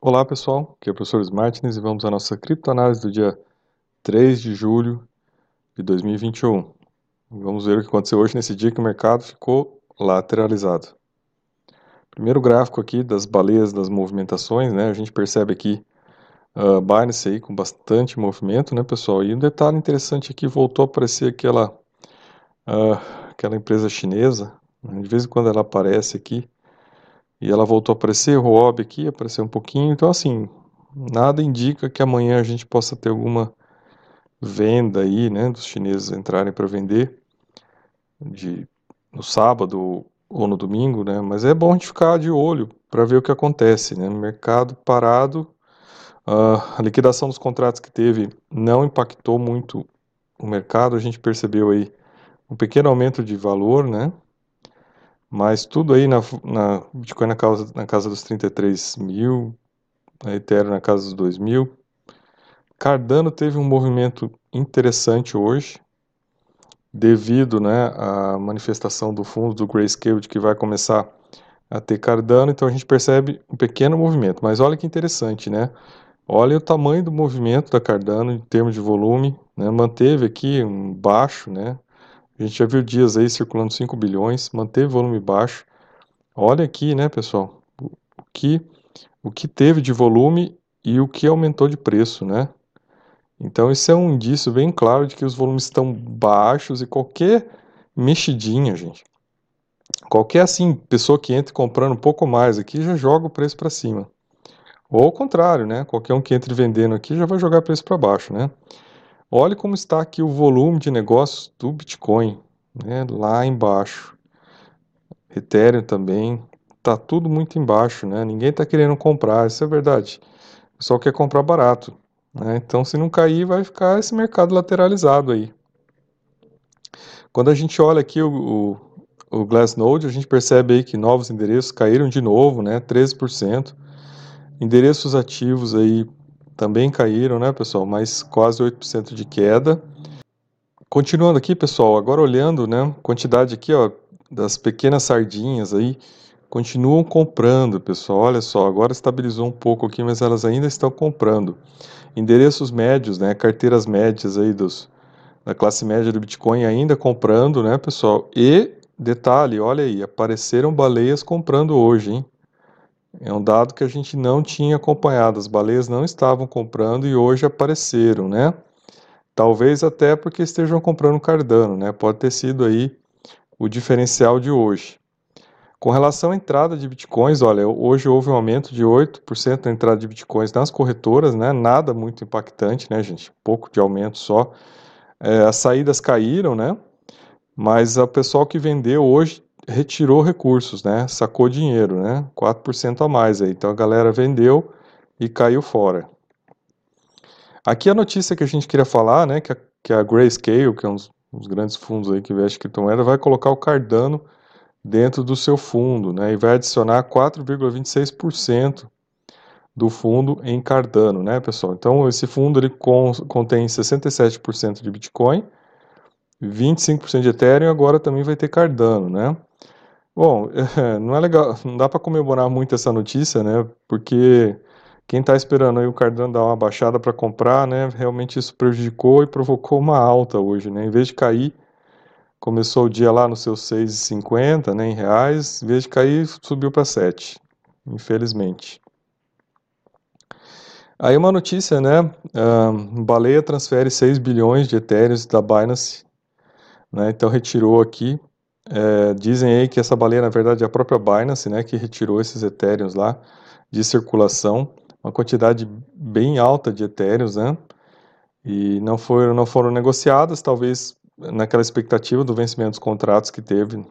Olá pessoal, aqui é o professor Martins e vamos à nossa criptoanálise do dia 3 de julho de 2021. Vamos ver o que aconteceu hoje nesse dia que o mercado ficou lateralizado. Primeiro gráfico aqui das baleias das movimentações, né? A gente percebe aqui Binance aí com bastante movimento, né pessoal? E um detalhe interessante aqui, voltou a aparecer aquela empresa chinesa, né? De vez em quando ela aparece aqui. E ela voltou a aparecer, o Huobi aqui apareceu um pouquinho. Então, assim, nada indica que amanhã a gente possa ter alguma venda aí, né, dos chineses entrarem para vender no sábado ou no domingo, né? Mas é bom a gente ficar de olho para ver o que acontece, né? No mercado parado, a liquidação dos contratos que teve não impactou muito o mercado. A gente percebeu aí um pequeno aumento de valor, né? Mas tudo aí na Bitcoin na casa dos 33 mil, a Ethereum na casa dos 2 mil. Cardano teve um movimento interessante hoje, devido, né, à manifestação do fundo do Grayscale de que vai começar a ter Cardano, então a gente percebe um pequeno movimento. Mas olha que interessante, né? Olha o tamanho do movimento da Cardano em termos de volume, né? Manteve aqui um baixo, né? A gente já viu dias aí circulando 5 bilhões, manteve volume baixo. Olha aqui, né, pessoal, que, o que teve de volume e o que aumentou de preço, né? Então, isso é um indício bem claro de que os volumes estão baixos e qualquer mexidinha, gente, qualquer assim pessoa que entre comprando um pouco mais aqui já joga o preço para cima. Ou ao contrário, né? Qualquer um que entre vendendo aqui já vai jogar o preço para baixo, né? Olhe como está aqui o volume de negócios do Bitcoin, né? Lá embaixo. Ethereum também. Tá tudo muito embaixo, né? Ninguém tá querendo comprar, isso é verdade. O pessoal quer comprar barato, né? Então, se não cair, vai ficar esse mercado lateralizado aí. Quando a gente olha aqui o Glassnode, a gente percebe aí que novos endereços caíram de novo, né? 13%. Endereços ativos aí também caíram, né, pessoal? Mas quase 8% de queda. Continuando aqui, pessoal, agora olhando, né? Quantidade aqui, ó, das pequenas sardinhas aí, continuam comprando, pessoal. Olha só, agora estabilizou um pouco aqui, mas elas ainda estão comprando. Endereços médios, né? Carteiras médias aí da classe média do Bitcoin ainda comprando, né, pessoal? E detalhe, olha aí, apareceram baleias comprando hoje, hein? É um dado que a gente não tinha acompanhado. As baleias não estavam comprando e hoje apareceram, né? Talvez até porque estejam comprando Cardano, né? Pode ter sido aí o diferencial de hoje. Com relação à entrada de bitcoins, olha, hoje houve um aumento de 8% na entrada de bitcoins nas corretoras, né? Nada muito impactante, né, gente? Pouco de aumento só. As saídas caíram, né? Mas o pessoal que vendeu hoje retirou recursos, né? Sacou dinheiro, né? 4% a mais aí. Então a galera vendeu e caiu fora. Aqui a notícia que a gente queria falar, né? Que a Grayscale, que é um dos grandes fundos aí que investe em criptomoeda, vai colocar o Cardano dentro do seu fundo, né? E vai adicionar 4,26% do fundo em Cardano, né, pessoal? Então esse fundo ele contém 67% de Bitcoin, 25% de Ethereum e agora também vai ter Cardano, né? Bom, não é legal, não dá para comemorar muito essa notícia, né? Porque quem está esperando aí o Cardano dar uma baixada para comprar, né? Realmente isso prejudicou e provocou uma alta hoje, né? Em vez de cair, começou o dia lá nos seus 6,50, né, em reais, em vez de cair, subiu para 7, infelizmente. Aí uma notícia, né? Baleia transfere 6 bilhões de Ethereums da Binance, né? Então retirou aqui. Dizem aí que essa baleia, na verdade, é a própria Binance, né, que retirou esses Ethereums lá de circulação, uma quantidade bem alta de Ethereums, né, e não foram negociadas, talvez naquela expectativa do vencimento dos contratos que teve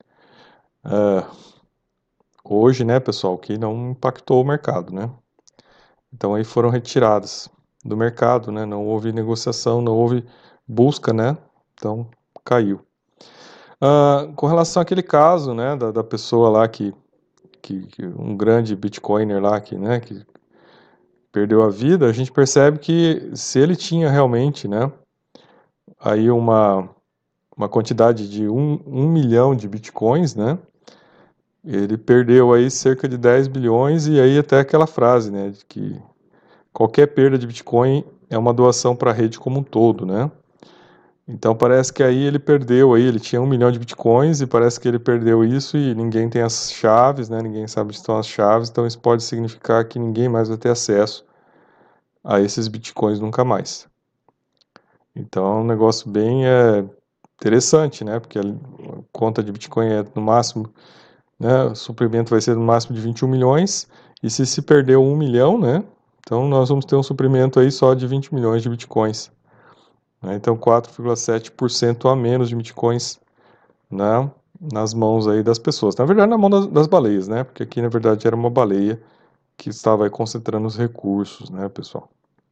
hoje, né, pessoal, que não impactou o mercado, né. Então aí foram retiradas do mercado, né, não houve negociação, não houve busca, né, então caiu. Com relação àquele caso, né, da pessoa lá que um grande Bitcoiner lá que perdeu a vida, a gente percebe que se ele tinha realmente, né, aí uma quantidade de um milhão de Bitcoins, né, ele perdeu aí cerca de 10 bilhões, e aí até aquela frase, né, de que qualquer perda de Bitcoin é uma doação para a rede como um todo, né? Então parece que aí ele perdeu aí, ele tinha 1 milhão de Bitcoins e parece que ele perdeu isso e ninguém tem as chaves, né? Ninguém sabe onde estão as chaves, então isso pode significar que ninguém mais vai ter acesso a esses Bitcoins nunca mais. Então é um negócio bem interessante, né? Porque a conta de Bitcoin é no máximo, né? O suprimento vai ser no máximo de 21 milhões, e se perdeu 1 milhão, né? Então nós vamos ter um suprimento aí só de 20 milhões de Bitcoins, né? Então 4,7% a menos de Bitcoins, né, nas mãos aí das pessoas. Na verdade, na mão das baleias, né? Porque aqui, na verdade, era uma baleia que estava aí concentrando os recursos, né, pessoal?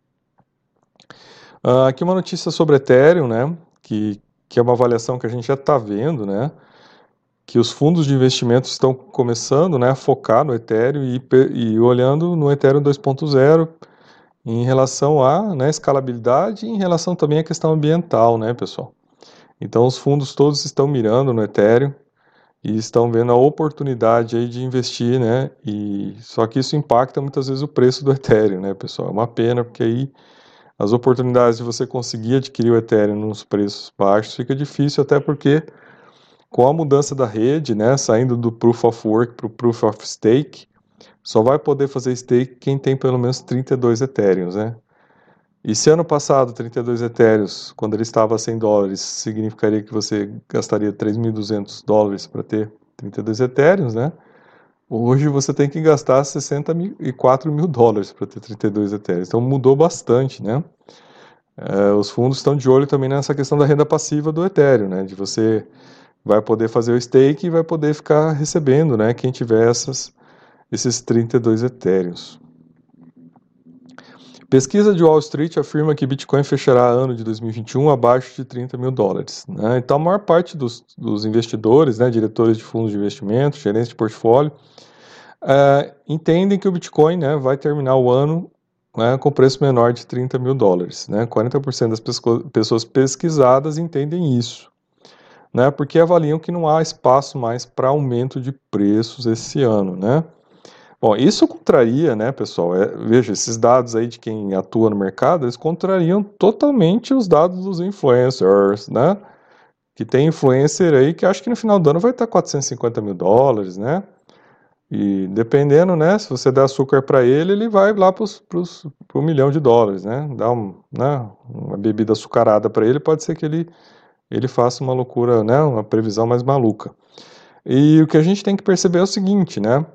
Aqui uma notícia sobre Ethereum, né? Que é uma avaliação que a gente já está vendo, né? Que os fundos de investimento estão começando, né, a focar no Ethereum e olhando no Ethereum 2.0 em relação à, né, escalabilidade e em relação também à questão ambiental, né, pessoal? Então, os fundos todos estão mirando no Ethereum e estão vendo a oportunidade aí de investir, né? E só que isso impacta muitas vezes o preço do Ethereum, né, pessoal? É uma pena, porque aí as oportunidades de você conseguir adquirir o Ethereum nos preços baixos fica difícil, até porque com a mudança da rede, né, saindo do Proof of Work para o Proof of Stake, só vai poder fazer stake quem tem pelo menos 32 Ethereums, né? E se ano passado 32 Ethereums, quando ele estava a $100, significaria que você gastaria $3.200 para ter 32 Ethereums, né? Hoje você tem que gastar $64.000 para ter 32 Ethereums. Então mudou bastante, né? Os fundos estão de olho também nessa questão da renda passiva do Ethereum, né? De você vai poder fazer o stake e vai poder ficar recebendo, né? Quem tiver esses 32 Ethereums. Pesquisa de Wall Street afirma que Bitcoin fechará ano de 2021 abaixo de $30.000, né? Então, a maior parte dos investidores, né, diretores de fundos de investimento, gerentes de portfólio, entendem que o Bitcoin, né, vai terminar o ano, né, com preço menor de $30.000, né? 40% das pessoas pesquisadas entendem isso, né, porque avaliam que não há espaço mais para aumento de preços esse ano, né? Bom, isso contraria, né, pessoal? Veja, esses dados aí de quem atua no mercado, eles contrariam totalmente os dados dos influencers, né? Que tem influencer aí que acho que no final do ano vai estar $450.000, né? E dependendo, né, se você der açúcar para ele, ele vai lá para $1 milhão, né? Dá né, uma bebida açucarada para ele, pode ser que ele faça uma loucura, né, uma previsão mais maluca. E o que a gente tem que perceber é o seguinte, né?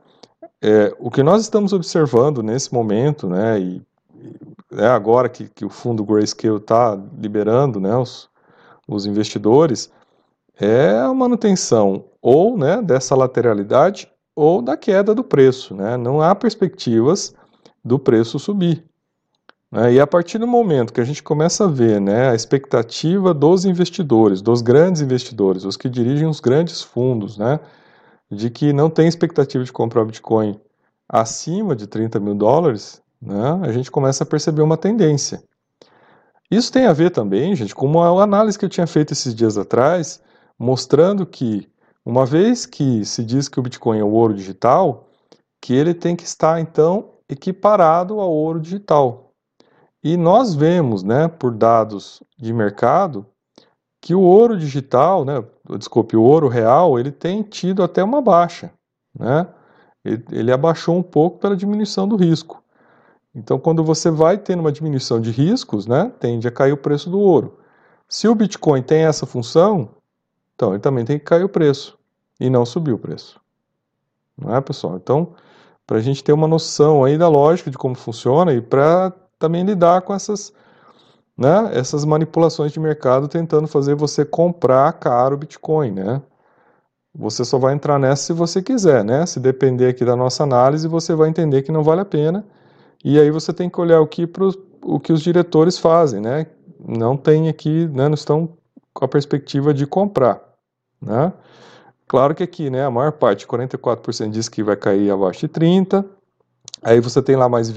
O que nós estamos observando nesse momento, né, e agora que o fundo Grayscale está liberando, né, os investidores, é a manutenção ou, né, dessa lateralidade ou da queda do preço, né? Não há perspectivas do preço subir, né? E a partir do momento que a gente começa a ver, né, a expectativa dos investidores, dos grandes investidores, os que dirigem os grandes fundos, né, de que não tem expectativa de comprar Bitcoin acima de $30.000, né, a gente começa a perceber uma tendência. Isso tem a ver também, gente, com uma análise que eu tinha feito esses dias atrás, mostrando que, uma vez que se diz que o Bitcoin é o ouro digital, que ele tem que estar, então, equiparado ao ouro digital. E nós vemos, né, por dados de mercado, que o ouro digital, né, desculpe, o ouro real, ele tem tido até uma baixa, né? Ele abaixou um pouco pela diminuição do risco. Então, quando você vai tendo uma diminuição de riscos, né, tende a cair o preço do ouro. Se o Bitcoin tem essa função, então ele também tem que cair o preço e não subir o preço. Não é, pessoal? Então, para a gente ter uma noção aí da lógica de como funciona e para também lidar com essas, né, essas manipulações de mercado tentando fazer você comprar caro o Bitcoin, né? Você só vai entrar nessa se você quiser, né? Se depender aqui da nossa análise, você vai entender que não vale a pena. E aí você tem que olhar o que os diretores fazem, né? Não tem aqui, né, não estão com a perspectiva de comprar, né? Claro que aqui, né, a maior parte, 44% diz que vai cair abaixo de 30, aí você tem lá mais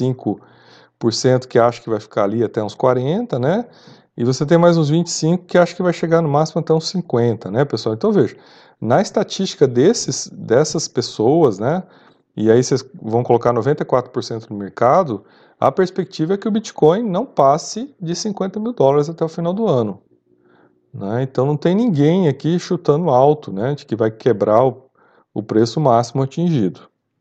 25% que acha que vai ficar ali até uns 40, né? E você tem mais uns 25 que acha que vai chegar no máximo até uns 50, né, pessoal? Então veja, Na estatística dessas pessoas, né, e aí vocês vão colocar 94% no mercado, a perspectiva é que o Bitcoin não passe de $50 mil até o final do ano. Né? Então não tem ninguém aqui chutando alto, né, de que vai quebrar o preço máximo atingido.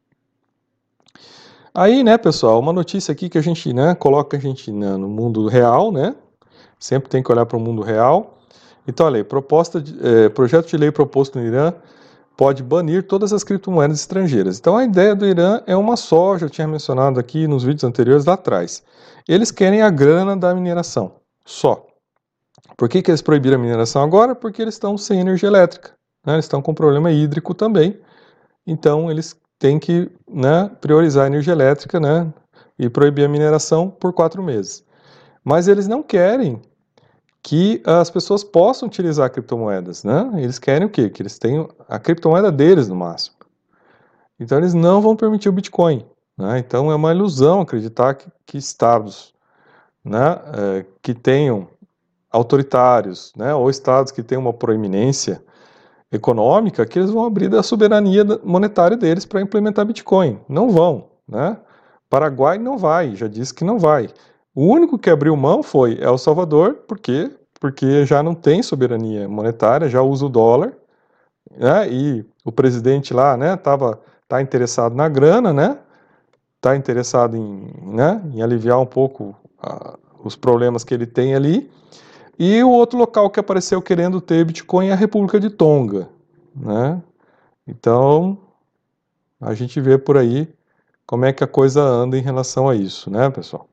Aí, né, pessoal, uma notícia aqui que a gente, né, coloca a gente no mundo real, né, sempre tem que olhar para o mundo real. Então, olha aí, projeto de lei proposto no Irã pode banir todas as criptomoedas estrangeiras. Então, a ideia do Irã é uma só, já tinha mencionado aqui nos vídeos anteriores lá atrás. Eles querem a grana da mineração, só. Por que eles proibiram a mineração agora? Porque eles estão sem energia elétrica, né? Eles estão com problema hídrico também, então eles têm que, né, priorizar a energia elétrica, né, e proibir a mineração por 4 meses. Mas eles não querem que as pessoas possam utilizar criptomoedas, né? Eles querem o quê? Que eles tenham a criptomoeda deles no máximo. Então eles não vão permitir o Bitcoin, né? Então é uma ilusão acreditar que estados, né, que tenham autoritários, né, ou estados que tenham uma proeminência econômica, que eles vão abrir da soberania monetária deles para implementar Bitcoin. Não vão, né? Paraguai não vai, já disse que não vai. O único que abriu mão foi El Salvador, por quê? Porque já não tem soberania monetária, já usa o dólar, né? E o presidente lá, né, tá interessado na grana, né? Tá interessado em aliviar um pouco os problemas que ele tem ali. E o outro local que apareceu querendo ter Bitcoin é a República de Tonga, né? Então, a gente vê por aí como é que a coisa anda em relação a isso, né, pessoal?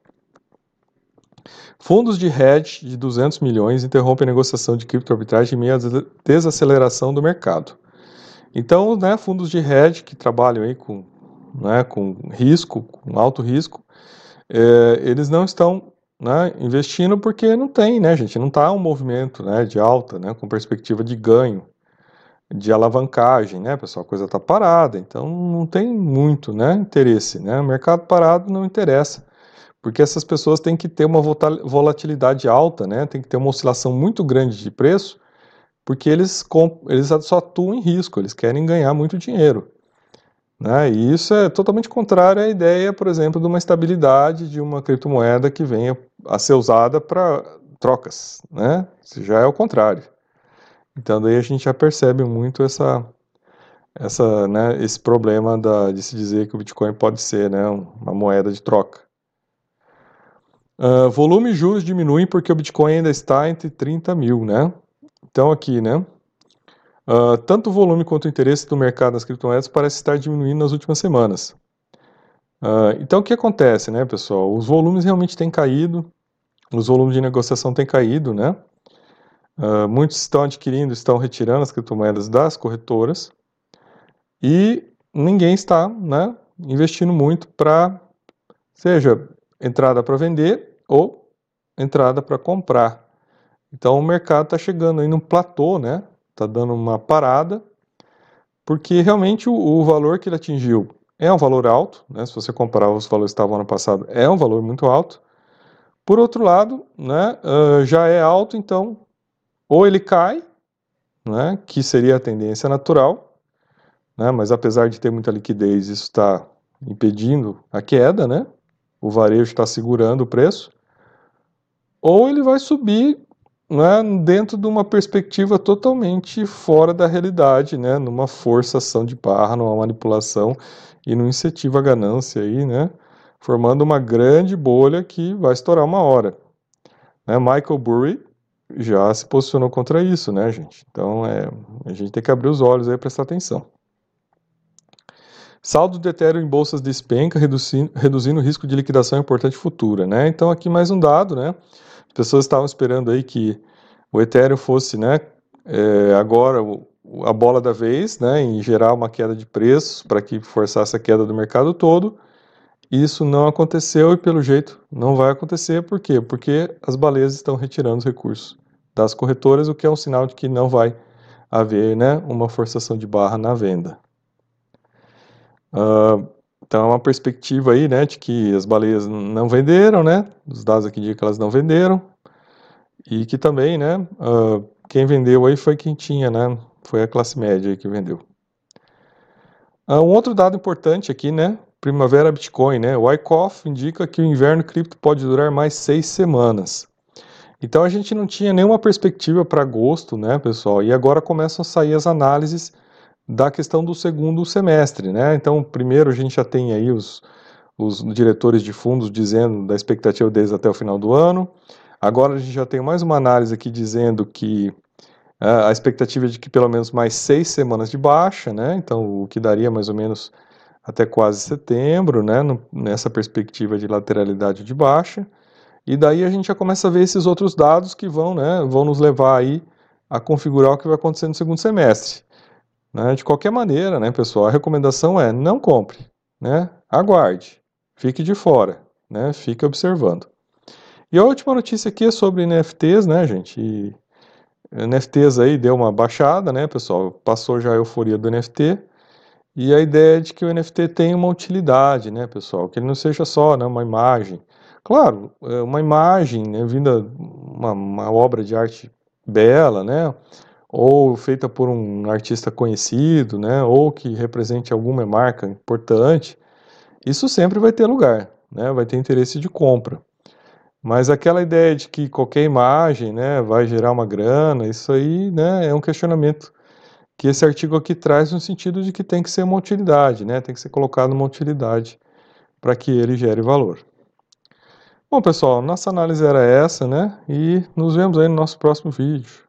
Fundos de hedge de 200 milhões interrompem a negociação de criptoarbitragem em meio à desaceleração do mercado. Então, né, fundos de hedge que trabalham aí com risco, com alto risco, eles não estão, né, investindo porque não tem, né, gente, não está um movimento, né, de alta, né, com perspectiva de ganho, de alavancagem, né, pessoal, a coisa está parada, então não tem muito, né, interesse, né, o mercado parado não interessa, porque essas pessoas têm que ter uma volatilidade alta, né, tem que ter uma oscilação muito grande de preço, porque eles só atuam em risco, eles querem ganhar muito dinheiro. Né? E isso é totalmente contrário à ideia, por exemplo, de uma estabilidade de uma criptomoeda que venha a ser usada para trocas. Né? Isso já é o contrário. Então daí a gente já percebe muito né, esse problema de se dizer que o Bitcoin pode ser, né, uma moeda de troca. Volume e juros diminuem porque o Bitcoin ainda está entre 30 mil, né? Então aqui, né? Tanto o volume quanto o interesse do mercado nas criptomoedas parece estar diminuindo nas últimas semanas. Então o que acontece, né, pessoal? Os volumes realmente têm caído, os volumes de negociação têm caído, né? Muitos estão adquirindo, estão retirando as criptomoedas das corretoras e ninguém está, né, investindo muito para, seja entrada para vender ou entrada para comprar. Então o mercado está chegando aí num platô, né? Está dando uma parada, porque realmente o valor que ele atingiu é um valor alto, né? Se você comparar os valores que estavam ano passado, é um valor muito alto. Por outro lado, né, já é alto, então ou ele cai, né, que seria a tendência natural, né, mas apesar de ter muita liquidez, isso está impedindo a queda, né? O varejo está segurando o preço, ou ele vai subir, né, dentro de uma perspectiva totalmente fora da realidade, né, numa forçação de barra, numa manipulação e no incentivo à ganância aí, né, formando uma grande bolha que vai estourar uma hora. Né, Michael Burry já se posicionou contra isso, né, gente? Então a gente tem que abrir os olhos aí e prestar atenção. Saldo do Ethereum em bolsas despenca, reduzindo o risco de liquidação importante futura, né? Então aqui mais um dado, né? As pessoas estavam esperando aí que o Ethereum fosse, né, agora a bola da vez, né, em gerar uma queda de preços para que forçasse a queda do mercado todo. Isso não aconteceu e pelo jeito não vai acontecer. Por quê? Porque as baleias estão retirando os recursos das corretoras, o que é um sinal de que não vai haver, né, uma forçação de barra na venda. Então é uma perspectiva aí, né, de que as baleias não venderam, né, os dados aqui dizem que elas não venderam, e que também, né, quem vendeu aí foi quem tinha, né, Foi a classe média aí que vendeu. Um outro dado importante aqui, né? Primavera Bitcoin, né? O Wyckoff indica que o inverno cripto pode durar mais 6 semanas. Então a gente não tinha nenhuma perspectiva para agosto, né, pessoal? E agora começam a sair as análises da questão do segundo semestre, né? Então, primeiro a gente já tem aí os diretores de fundos dizendo da expectativa deles até o final do ano. Agora a gente já tem mais uma análise aqui dizendo que a expectativa é de que pelo menos mais 6 semanas de baixa, né? Então, o que daria mais ou menos até quase setembro, né? Nessa perspectiva de lateralidade de baixa. E daí a gente já começa a ver esses outros dados que vão, né? Vão nos levar aí a configurar o que vai acontecer no segundo semestre. Né? De qualquer maneira, né, pessoal, a recomendação é não compre, né? Aguarde, fique de fora, né? Fique observando. E a última notícia aqui é sobre NFTs, né, gente? E NFTs aí deu uma baixada, né, pessoal? Passou já a euforia do NFT. E a ideia é de que o NFT tenha uma utilidade, né, pessoal? Que ele não seja só, né, uma imagem. Claro, uma imagem, né, vinda uma obra de arte bela, né? Ou feita por um artista conhecido, né? Ou que represente alguma marca importante. Isso sempre vai ter lugar, né? Vai ter interesse de compra. Mas aquela ideia de que qualquer imagem, né, vai gerar uma grana, isso aí, né, é um questionamento que esse artigo aqui traz no sentido de que tem que ser uma utilidade, né, tem que ser colocado uma utilidade para que ele gere valor. Bom, pessoal, nossa análise era essa, né, e nos vemos aí no nosso próximo vídeo.